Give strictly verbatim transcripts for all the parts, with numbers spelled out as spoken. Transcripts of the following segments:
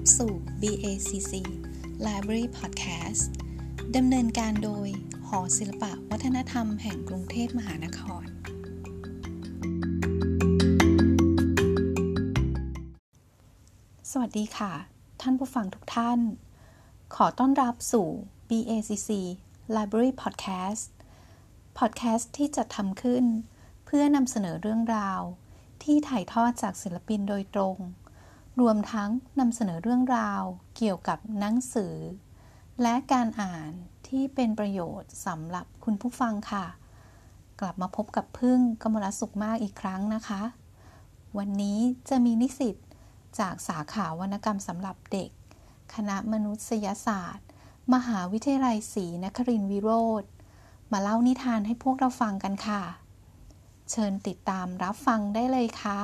สู่ บี เอ ซี ซี Library Podcast ดำเนินการโดยหอศิลปวัฒนธรรมแห่งกรุงเทพมหานครสวัสดีค่ะท่านผู้ฟังทุกท่านขอต้อนรับสู่ บี เอ ซี ซี Library Podcast Podcast ที่จัดทำขึ้นเพื่อนำเสนอเรื่องราวที่ถ่ายทอดจากศิลปินโดยตรงรวมทั้งนำเสนอเรื่องราวเกี่ยวกับหนังสือและการอ่านที่เป็นประโยชน์สำหรับคุณผู้ฟังค่ะกลับมาพบกับพึ่งกมลสุขมากอีกครั้งนะคะวันนี้จะมีนิสิตจากสาขาวรรณกรรมสำหรับเด็กคณะมนุษยศาสตร์มหาวิทยาลัยศรีนครินทรวิโรธมาเล่านิทานให้พวกเราฟังกันค่ะเชิญติดตามรับฟังได้เลยค่ะ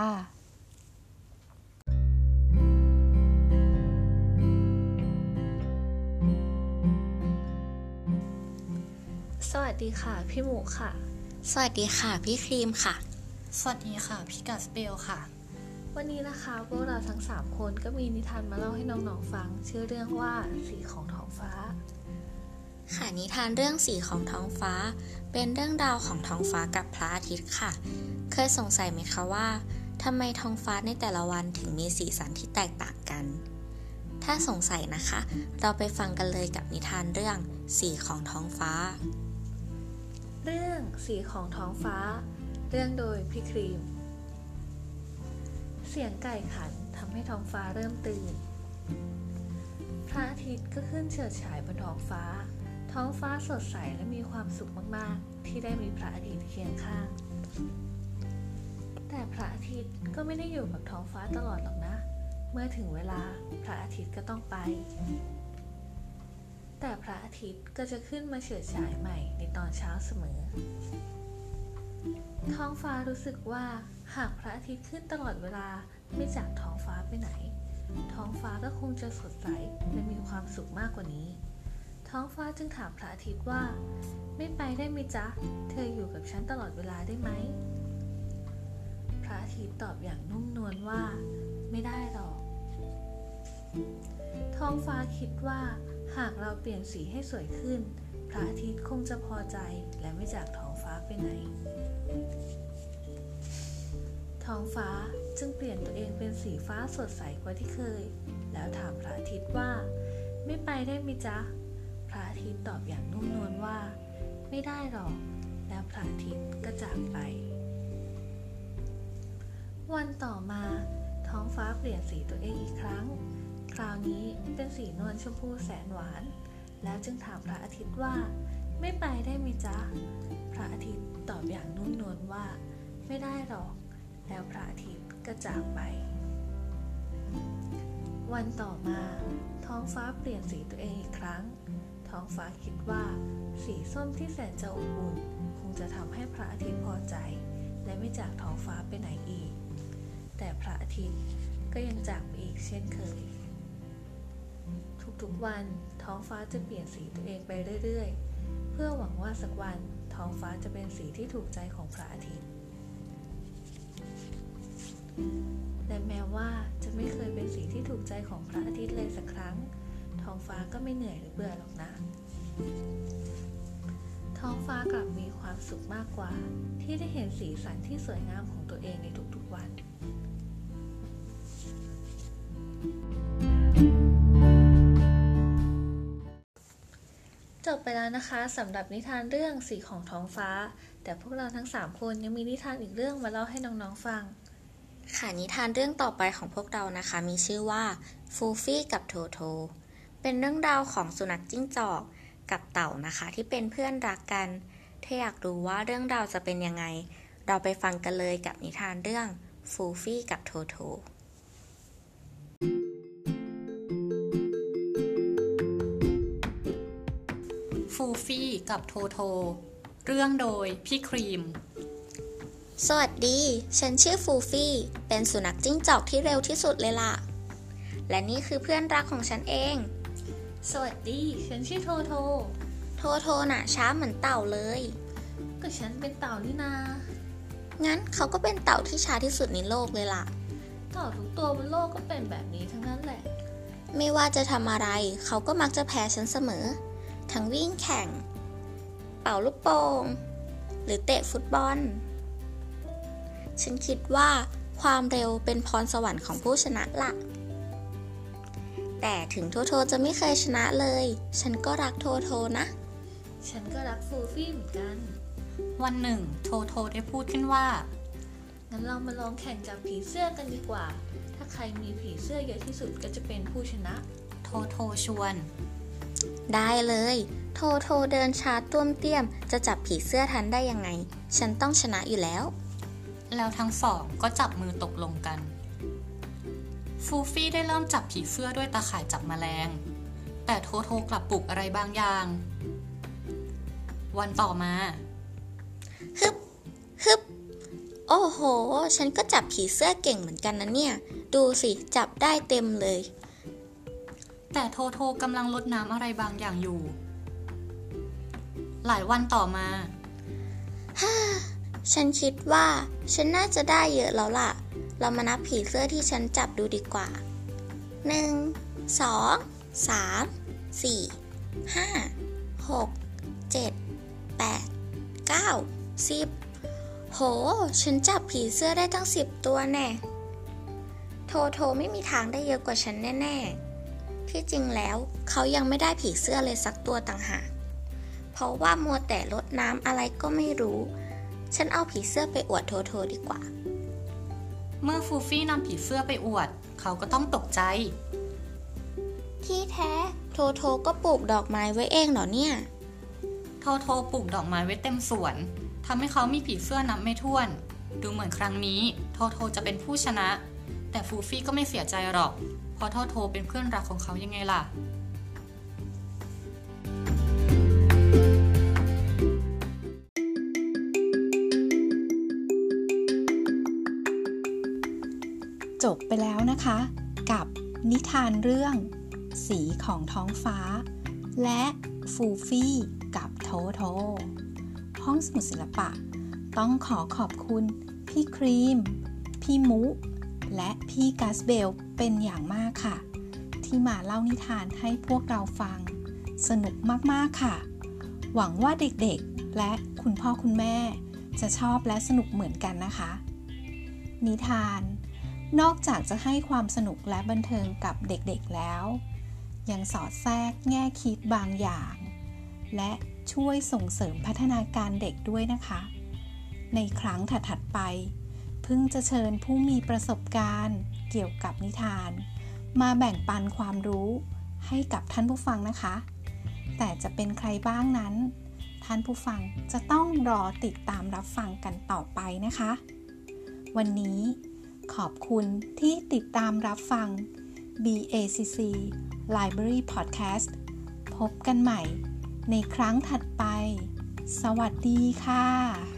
สวัสดีค่ะพี่หมูค่ะสวัสดีค่ะพี่ครีมค่ะสวัสดีค่ะพี่กัสเบลค่ะวันนี้นะคะพวกเราทั้งสามคนก็มีนิทานมาเล่าให้น้องๆฟังชื่อเรื่องว่าสีของท้องฟ้าค่ะนิทานเรื่องสีของท้องฟ้าเป็นเรื่องราวของท้องฟ้ากับพระอาทิตย์ค่ะเคยสงสัยไหมคะว่าทำไมท้องฟ้าในแต่ละวันถึงมีสีสันที่แตกต่างกันถ้าสงสัยนะคะเราไปฟังกันเลยกับนิทานเรื่องสีของท้องฟ้าเรื่องสีของท้องฟ้าเรื่องโดยพี่ครีมเสียงไก่ขันทำให้ท้องฟ้าเริ่มตื่นพระอาทิตย์ก็ขึ้นเฉิดฉายบนท้องฟ้าท้องฟ้าสดใสและมีความสุขมากๆที่ได้มีพระอาทิตย์เคียงข้างแต่พระอาทิตย์ก็ไม่ได้อยู่กับท้องฟ้าตลอดหรอกนะเมื่อถึงเวลาพระอาทิตย์ก็ต้องไปแต่พระอาทิตย์ก็จะขึ้นมาเฉิดฉายใหม่ในตอนเช้าเสมอท้องฟ้ารู้สึกว่าหากพระอาทิตย์ขึ้นตลอดเวลาไม่จากท้องฟ้าไปไหนท้องฟ้าก็คงจะสดใสและมีความสุขมากกว่านี้ท้องฟ้าจึงถามพระอาทิตย์ว่าไม่ไปได้ไหมจ๊ะเธออยู่กับฉันตลอดเวลาได้ไหมพระอาทิตย์ตอบอย่างนุ่มนวลว่าไม่ได้หรอกท้องฟ้าคิดว่าหากเราเปลี่ยนสีให้สวยขึ้นพระอาทิตย์คงจะพอใจและไม่จากท้องฟ้าไปไหนท้องฟ้าจึงเปลี่ยนตัวเองเป็นสีฟ้าสดใสกว่าที่เคยแล้วถามพระอาทิตย์ว่าไม่ไปได้ไหมจ๊ะพระอาทิตย์ตอบอย่างนุ่มนวลว่าไม่ได้หรอกแล้วพระอาทิตย์ก็จากไปวันต่อมาท้องฟ้าเปลี่ยนสีตัวเองอีกครั้งคราวนี้เป็นสีนวลชมพูแสนหวานแล้วจึงถามพระอาทิตย์ว่าไม่ไปได้ไหมจ๊ะพระอาทิตย์ตอบอย่างนุ่มนวลว่าไม่ได้หรอกแล้วพระอาทิตย์ก็จากไปวันต่อมาท้องฟ้าเปลี่ยนสีตัวเองอีกครั้งท้องฟ้าคิดว่าสีส้มที่แสนจะอบอุ่นคงจะทำให้พระอาทิตย์พอใจและไม่จากท้องฟ้าไปไหนอีกแต่พระอาทิตย์ก็ยังจากไปอีกเช่นเคยทุกๆวันท้องฟ้าจะเปลี่ยนสีตัวเองไปเรื่อยๆเพื่อหวังว่าสักวันท้องฟ้าจะเป็นสีที่ถูกใจของพระอาทิตย์และแม้ว่าจะไม่เคยเป็นสีที่ถูกใจของพระอาทิตย์เลยสักครั้งท้องฟ้าก็ไม่เหนื่อยหรือเบื่อหรอกนะท้องฟ้ากลับมีความสุขมากกว่าที่ได้เห็นสีสันที่สวยงามของตัวเองในทุกๆวันจบไปแล้วนะคะสำหรับนิทานเรื่องสีของท้องฟ้าแต่พวกเราทั้งสามคนยังมีนิทานอีกเรื่องมาเล่าให้น้องๆฟังค่ะนิทานเรื่องต่อไปของพวกเรานะคะมีชื่อว่าฟูฟี่กับโทโทเป็นเรื่องราวของสุนัขจิ้งจอกกับเต่านะคะที่เป็นเพื่อนรักกันถ้าอยากรู้ว่าเรื่องราวจะเป็นยังไงเราไปฟังกันเลยกับนิทานเรื่องฟูฟี่กับโทโทฟูฟี่กับโทโทเรื่องโดยพี่ครีมสวัสดีฉันชื่อฟูฟี่เป็นสุนัขจิ้งจอกที่เร็วที่สุดเลยล่ะและนี่คือเพื่อนรักของฉันเองสวัสดีฉันชื่อโทโทโทโทน่ะช้าเหมือนเต่าเลยก็ฉันเป็นเต่านี่นางั้นเขาก็เป็นเต่าที่ช้าที่สุดในโลกเลยล่ะเต่าทุกตัวบนโลกก็เป็นแบบนี้ทั้งนั้นแหละไม่ว่าจะทำอะไรเขาก็มักจะแพ้ฉันเสมอทั้งวิ่งแข่งเป่าลูกโป่งหรือเตะฟุตบอลฉันคิดว่าความเร็วเป็นพรสวรรค์ของผู้ชนะล่ะแต่ถึงโทโทจะไม่เคยชนะเลยฉันก็รักโทโทนะฉันก็รักฟูฟี่เหมือนกันวันหนึ่งโทโทได้พูดขึ้นว่างั้นเรามาลองแข่งจับผีเสื้อกันดีกว่าถ้าใครมีผีเสื้อเยอะที่สุดก็จะเป็นผู้ชนะโทโทชวนได้เลยโทโทเดินช้าต้วมเตี้ยมจะจับผีเสื้อทันได้ยังไงฉันต้องชนะอยู่แล้วแล้วทั้งสองก็จับมือตกลงกันฟูฟี่ได้เริ่มจับผีเสื้อด้วยตาข่ายจับแมลงแต่โทโทกลับปลุกอะไรบางอย่างวันต่อมาฮึบฮึบโอ้โหฉันก็จับผีเสื้อเก่งเหมือนกันนะเนี่ยดูสิจับได้เต็มเลยแต่โทโทกำลังรดน้ำอะไรบางอย่างอยู่หลายวันต่อมาฮ่าฉันคิดว่าฉันน่าจะได้เยอะแล้วล่ะเรามานับผีเสื้อที่ฉันจับดูดีกว่าหนึ่ง สอง สาม สี่ ห้า หก เจ็ด แปด เก้า สิบโหฉันจับผีเสื้อได้ตั้งสิบตัวแน่โทโทไม่มีทางได้เยอะกว่าฉันแน่ๆที่จริงแล้วเขายังไม่ได้ผีเสื้อเลยสักตัวต่างหากเพราะว่ามัวแต่รดน้ำอะไรก็ไม่รู้ฉันเอาผีเสื้อไปอวดโทโทดีกว่าเมื่อฟูฟี่นำผีเสื้อไปอวดเขาก็ต้องตกใจที่แท้โทโทก็ปลูกดอกไม้ไว้เองเหรอเนี่ยโทโทปลูกดอกไม้ไว้เต็มสวนทำให้เขามีผีเสื้อนับไม่ถ้วนดูเหมือนครั้งนี้โทโทจะเป็นผู้ชนะแต่ฟูฟี่ก็ไม่เสียใจหรอกเพราะโทโทเป็นเพื่อนรักของเขายังไงล่ะจบไปแล้วนะคะกับนิทานเรื่องสีของท้องฟ้าและฟูฟี่กับโทโทห้องสมุดศิลปะต้องขอขอบคุณพี่ครีมพี่มุและพี่กัสเบลเป็นอย่างมากค่ะที่มาเล่านิทานให้พวกเราฟังสนุกมากๆค่ะหวังว่าเด็กๆและคุณพ่อคุณแม่จะชอบและสนุกเหมือนกันนะคะนิทานนอกจากจะให้ความสนุกและบันเทิงกับเด็กๆแล้วยังสอดแทรกแง่คิดบางอย่างและช่วยส่งเสริมพัฒนาการเด็กด้วยนะคะในครั้งถัดๆไปเพิ่งจะเชิญผู้มีประสบการณ์เกี่ยวกับนิทานมาแบ่งปันความรู้ให้กับท่านผู้ฟังนะคะแต่จะเป็นใครบ้างนั้นท่านผู้ฟังจะต้องรอติดตามรับฟังกันต่อไปนะคะวันนี้ขอบคุณที่ติดตามรับฟัง บี เอ ซี ซี Library Podcast พบกันใหม่ในครั้งถัดไปสวัสดีค่ะ